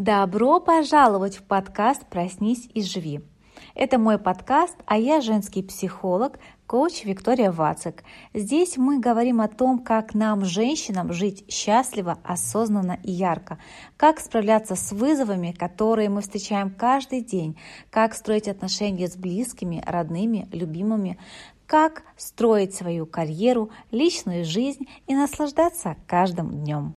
Добро пожаловать в подкаст «Проснись и живи». Это мой подкаст, а я женский психолог, коуч Виктория Вацик. Здесь мы говорим о том, как нам, женщинам, жить счастливо, осознанно и ярко, как справляться с вызовами, которые мы встречаем каждый день, как строить отношения с близкими, родными, любимыми, как строить свою карьеру, личную жизнь и наслаждаться каждым днем.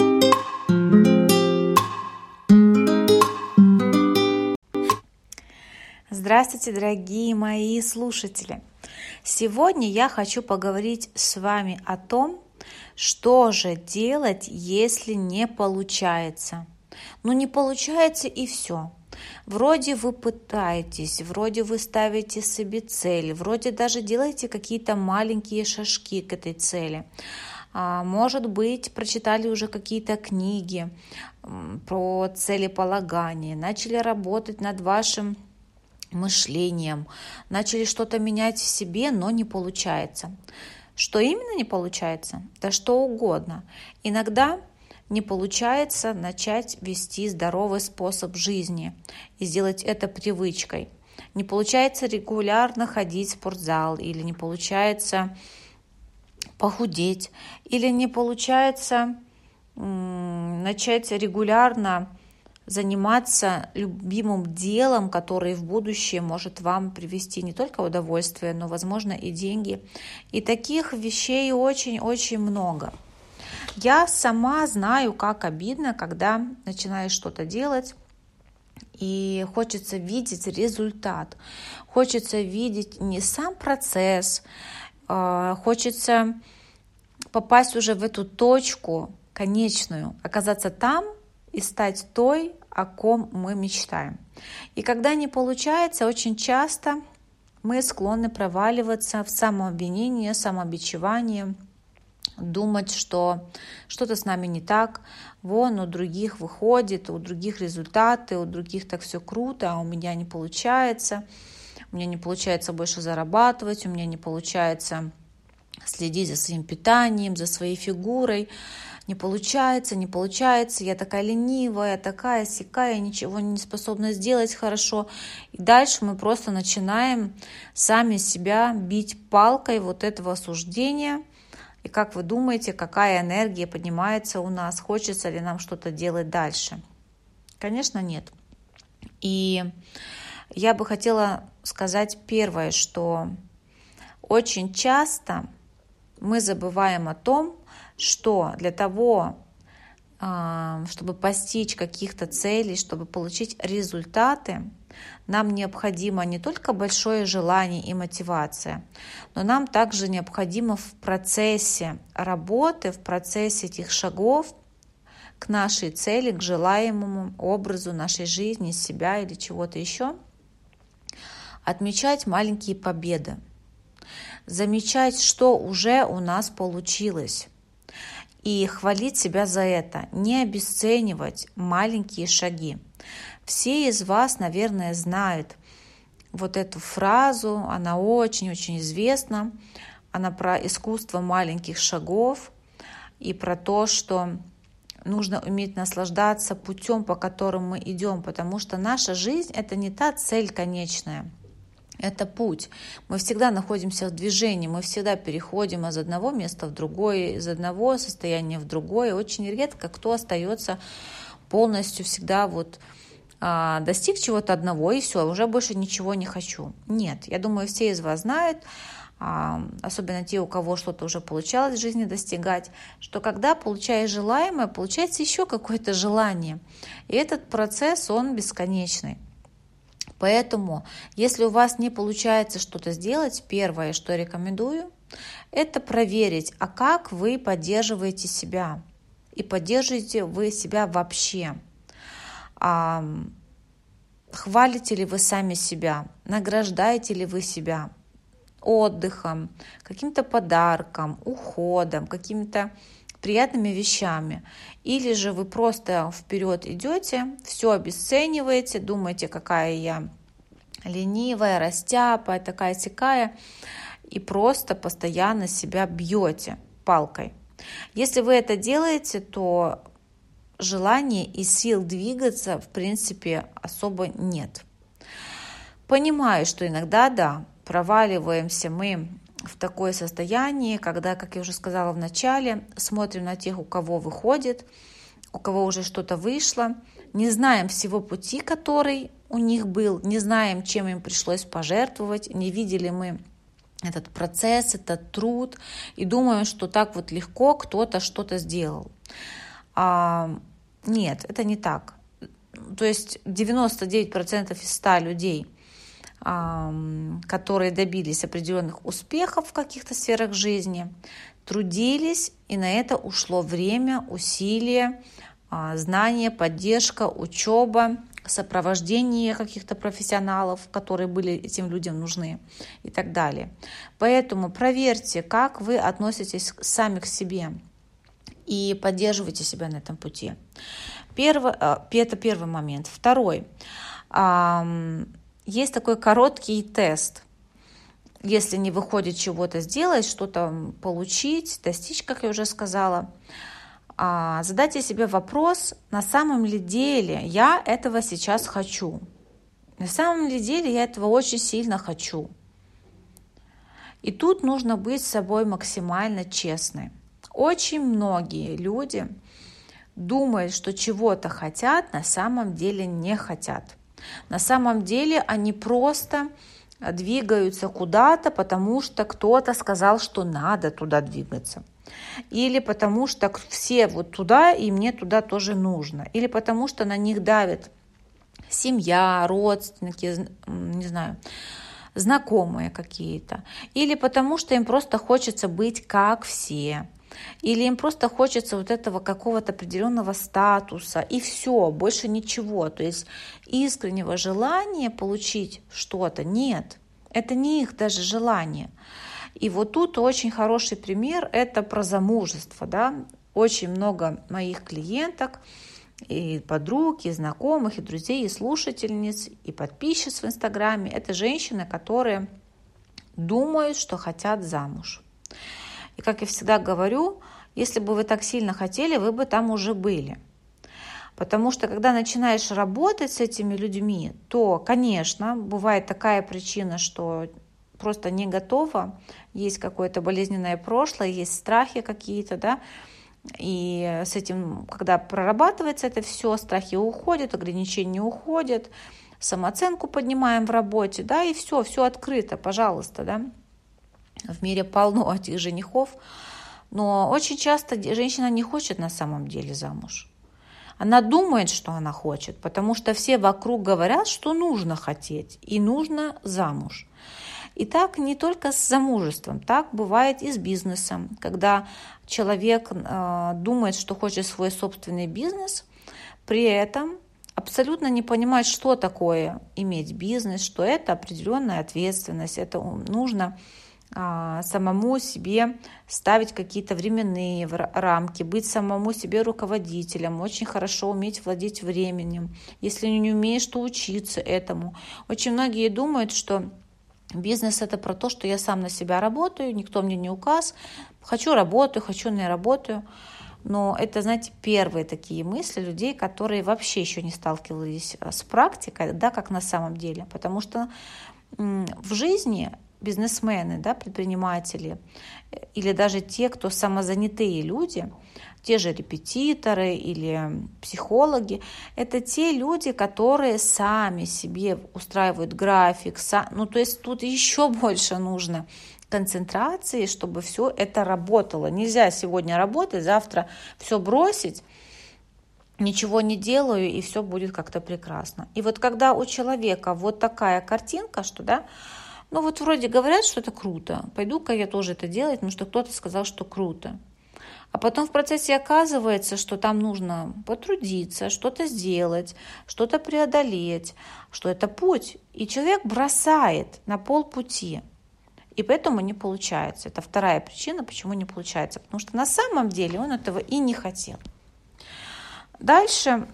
Здравствуйте, дорогие мои слушатели! Сегодня я хочу поговорить с вами о том, что же делать, если не получается. Не получается и все. Вроде вы пытаетесь, вроде вы ставите себе цель, вроде даже делаете какие-то маленькие шажки к этой цели. Может быть, прочитали уже какие-то книги про целеполагание, начали работать над вашим мышлением, начали что-то менять в себе, но не получается. Что именно не получается? Да что угодно. Иногда не получается начать вести здоровый способ жизни и сделать это привычкой. Не получается регулярно ходить в спортзал, или не получается похудеть, или не получается начать регулярно заниматься любимым делом, которое в будущем может вам привести не только удовольствие, но, возможно, и деньги. И таких вещей очень-очень много. Я сама знаю, как обидно, когда начинаешь что-то делать, и хочется видеть результат. Хочется видеть не сам процесс, хочется попасть уже в эту точку конечную, оказаться там и стать той, о ком мы мечтаем. И когда не получается, очень часто мы склонны проваливаться в самообвинение, самобичевание, думать, что что-то с нами не так, вон у других выходит, у других результаты, у других так все круто, а у меня не получается больше зарабатывать, у меня не получается следить за своим питанием, за своей фигурой. Не получается, я такая ленивая, такая сякая, ничего не способна сделать хорошо. И дальше мы просто начинаем сами себя бить палкой вот этого осуждения. И как вы думаете, какая энергия поднимается у нас? Хочется ли нам что-то делать дальше? Конечно, нет. И я бы хотела сказать первое, что очень часто мы забываем о том, что для того, чтобы постичь каких-то целей, чтобы получить результаты, нам необходимо не только большое желание и мотивация, но нам также необходимо в процессе работы, в процессе этих шагов к нашей цели, к желаемому образу нашей жизни, себя или чего-то еще, отмечать маленькие победы, замечать, что уже у нас получилось, и хвалить себя за это, не обесценивать маленькие шаги. Все из вас, наверное, знают вот эту фразу, она очень-очень известна, она про искусство маленьких шагов и про то, что нужно уметь наслаждаться путем, по которому мы идем, потому что наша жизнь — это не та цель конечная. Это путь. Мы всегда находимся в движении, мы всегда переходим из одного места в другое, из одного состояния в другое. Очень редко кто остается полностью всегда достиг чего-то одного и все, уже больше ничего не хочу. Нет, я думаю, все из вас знают, особенно те, у кого что-то уже получалось в жизни достигать, что когда получаешь желаемое, получается еще какое-то желание. И этот процесс, он бесконечный. Поэтому, если у вас не получается что-то сделать, первое, что я рекомендую, это проверить, а как вы поддерживаете себя и поддерживаете вы себя вообще. Хвалите ли вы сами себя, награждаете ли вы себя отдыхом, каким-то подарком, уходом, какими-то приятными вещами. Или же вы просто вперед идете, все обесцениваете, думаете, какая я ленивая, растяпая, такая-сякая, и просто постоянно себя бьете палкой. Если вы это делаете, то желания и сил двигаться, в принципе, особо нет. Понимаю, что иногда, да, проваливаемся мы в такое состояние, когда, как я уже сказала в начале, смотрим на тех, у кого выходит, у кого уже что-то вышло, не знаем всего пути, который у них был, не знаем, чем им пришлось пожертвовать, не видели мы этот процесс, этот труд, и думаем, что так вот легко кто-то что-то сделал. Нет, это не так. То есть 99% из 100 людей, которые добились определенных успехов в каких-то сферах жизни, трудились, и на это ушло время, усилия, знания, поддержка, учеба, сопровождение каких-то профессионалов, которые были этим людям нужны и так далее. Поэтому проверьте, как вы относитесь сами к себе и поддерживайте себя на этом пути. Это первый момент. Второй. Есть такой короткий тест. Если не выходит чего-то сделать, что-то получить, достичь, как я уже сказала, задайте себе вопрос, на самом ли деле я этого сейчас хочу. На самом ли деле я этого очень сильно хочу. И тут нужно быть с собой максимально честной. Очень многие люди думают, что чего-то хотят, на самом деле не хотят. На самом деле они просто двигаются куда-то, потому что кто-то сказал, что надо туда двигаться. Или потому что все вот туда, и мне туда тоже нужно. Или потому что на них давит семья, родственники, не знаю, знакомые какие-то. Или потому что им просто хочется быть как все. Или им просто хочется вот этого какого-то определенного статуса, и все, больше ничего. То есть искреннего желания получить что-то нет. Это не их даже желание. И вот тут очень хороший пример – это про замужество. Да? Очень много моих клиенток, и подруг, и знакомых, и друзей, и слушательниц, и подписчиц в Инстаграме – это женщины, которые думают, что хотят замуж. И как я всегда говорю, если бы вы так сильно хотели, вы бы там уже были. Потому что когда начинаешь работать с этими людьми, то, конечно, бывает такая причина, что просто не готова, есть какое-то болезненное прошлое, есть страхи какие-то, да, и с этим, когда прорабатывается это все, страхи уходят, ограничения уходят, самооценку поднимаем в работе, да, и все открыто, пожалуйста, да. В мире полно этих женихов, но очень часто женщина не хочет на самом деле замуж. Она думает, что она хочет, потому что все вокруг говорят, что нужно хотеть и нужно замуж. И так не только с замужеством, так бывает и с бизнесом, когда человек думает, что хочет свой собственный бизнес, при этом абсолютно не понимает, что такое иметь бизнес, что это определенная ответственность, это нужно самому себе ставить какие-то временные рамки, быть самому себе руководителем, очень хорошо уметь владеть временем. Если не умеешь, то учиться этому. Очень многие думают, что бизнес – это про то, что я сам на себя работаю, никто мне не указ, хочу – работаю, хочу – не работаю. Но это, знаете, первые такие мысли людей, которые вообще еще не сталкивались с практикой, да, как на самом деле. Потому что в жизни бизнесмены, да, предприниматели или даже те, кто самозанятые люди, те же репетиторы или психологи, это те люди, которые сами себе устраивают график, ну то есть тут еще больше нужно концентрации, чтобы все это работало. Нельзя сегодня работать, завтра все бросить, ничего не делаю, и все будет как-то прекрасно. И вот когда у человека вот такая картинка, что, да, ну вот вроде говорят, что это круто, пойду-ка я тоже это делать, потому что кто-то сказал, что круто. А потом в процессе оказывается, что там нужно потрудиться, что-то сделать, что-то преодолеть, что это путь. И человек бросает на полпути. И поэтому не получается. Это вторая причина, почему не получается. Потому что на самом деле он этого и не хотел. Дальше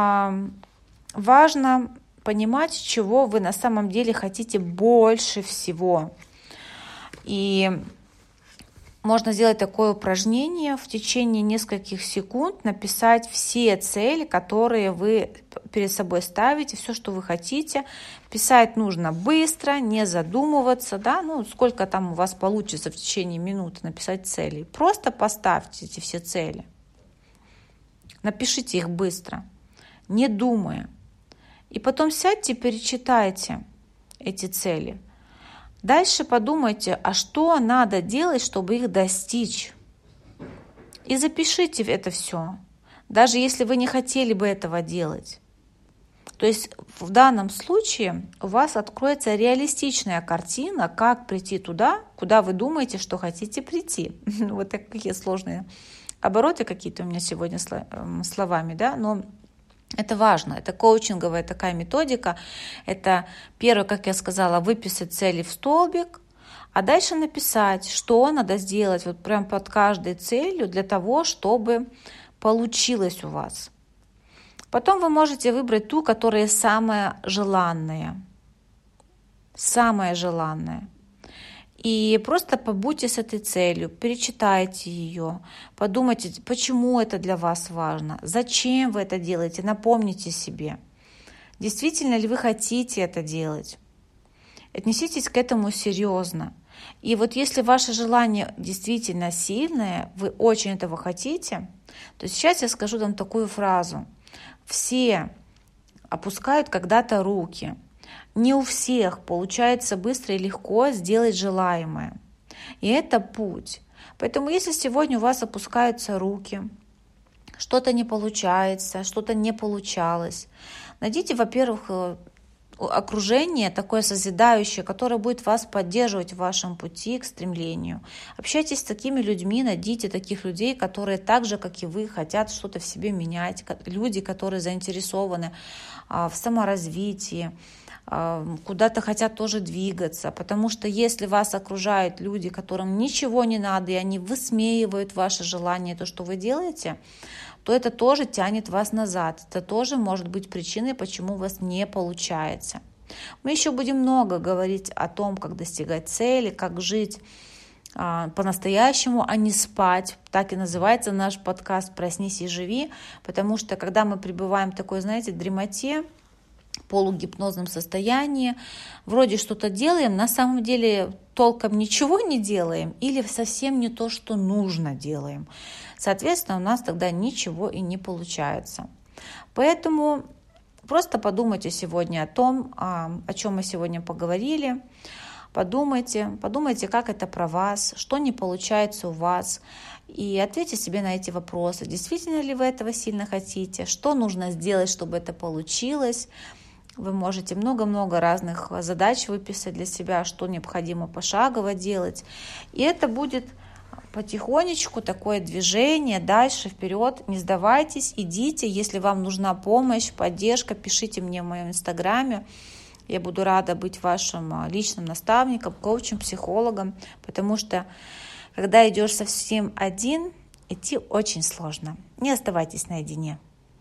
важно понимать, чего вы на самом деле хотите больше всего. И можно сделать такое упражнение в течение нескольких секунд, написать все цели, которые вы перед собой ставите, все, что вы хотите. Писать нужно быстро, не задумываться, да, сколько там у вас получится в течение минуты написать цели. Просто поставьте эти все цели. Напишите их быстро, не думая. И потом сядьте и перечитайте эти цели. Дальше подумайте, а что надо делать, чтобы их достичь. И запишите это все, даже если вы не хотели бы этого делать. То есть в данном случае у вас откроется реалистичная картина, как прийти туда, куда вы думаете, что хотите прийти. Вот такие сложные обороты какие-то у меня сегодня словами, да, но это важно, это коучинговая такая методика. Это первое, как я сказала, выписать цели в столбик, а дальше написать, что надо сделать вот прям под каждой целью для того, чтобы получилось у вас. Потом вы можете выбрать ту, которая самая желанная. Самая желанная. И просто побудьте с этой целью, перечитайте ее, подумайте, почему это для вас важно, зачем вы это делаете, напомните себе, действительно ли вы хотите это делать. Отнеситесь к этому серьезно. И вот если ваше желание действительно сильное, вы очень этого хотите, то сейчас я скажу вам такую фразу. Все опускают когда-то руки. Не у всех получается быстро и легко сделать желаемое. И это путь. Поэтому если сегодня у вас опускаются руки, что-то не получается, что-то не получалось, найдите, во-первых, окружение такое созидающее, которое будет вас поддерживать в вашем пути к стремлению. Общайтесь с такими людьми, найдите таких людей, которые так же, как и вы, хотят что-то в себе менять, люди, которые заинтересованы в саморазвитии, куда-то хотят тоже двигаться, потому что если вас окружают люди, которым ничего не надо, и они высмеивают ваше желание, то, что вы делаете, то это тоже тянет вас назад. Это тоже может быть причиной, почему у вас не получается. Мы еще будем много говорить о том, как достигать цели, как жить по-настоящему, а не спать. Так и называется наш подкаст «Проснись и живи», потому что когда мы пребываем в такой, знаете, дремоте, полугипнозном состоянии, вроде что-то делаем, на самом деле толком ничего не делаем или совсем не то, что нужно делаем. Соответственно, у нас тогда ничего и не получается. Поэтому просто подумайте сегодня о том, о чем мы сегодня поговорили. Подумайте, как это про вас, что не получается у вас. И ответьте себе на эти вопросы. Действительно ли вы этого сильно хотите? Что нужно сделать, чтобы это получилось? Вы можете много-много разных задач выписать для себя, что необходимо пошагово делать. И это будет потихонечку такое движение дальше, вперед. Не сдавайтесь, идите. Если вам нужна помощь, поддержка, пишите мне в моем инстаграме. Я буду рада быть вашим личным наставником, коучем, психологом, потому что когда идешь совсем один, идти очень сложно. Не оставайтесь наедине.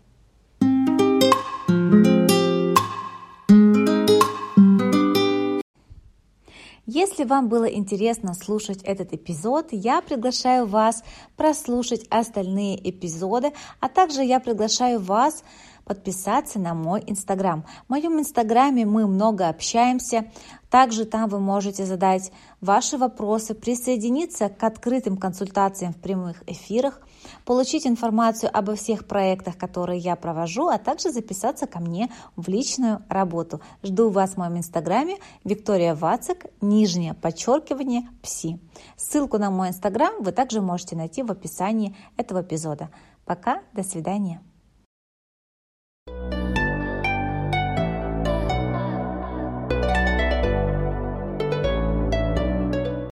Если вам было интересно слушать этот эпизод, я приглашаю вас прослушать остальные эпизоды, а также я приглашаю вас подписаться на мой инстаграм. В моем инстаграме мы много общаемся. Также там вы можете задать ваши вопросы, присоединиться к открытым консультациям в прямых эфирах, получить информацию обо всех проектах, которые я провожу, а также записаться ко мне в личную работу. Жду вас в моем инстаграме Виктория Вацак, _пси. Ссылку на мой инстаграм вы также можете найти в описании этого эпизода. Пока, до свидания.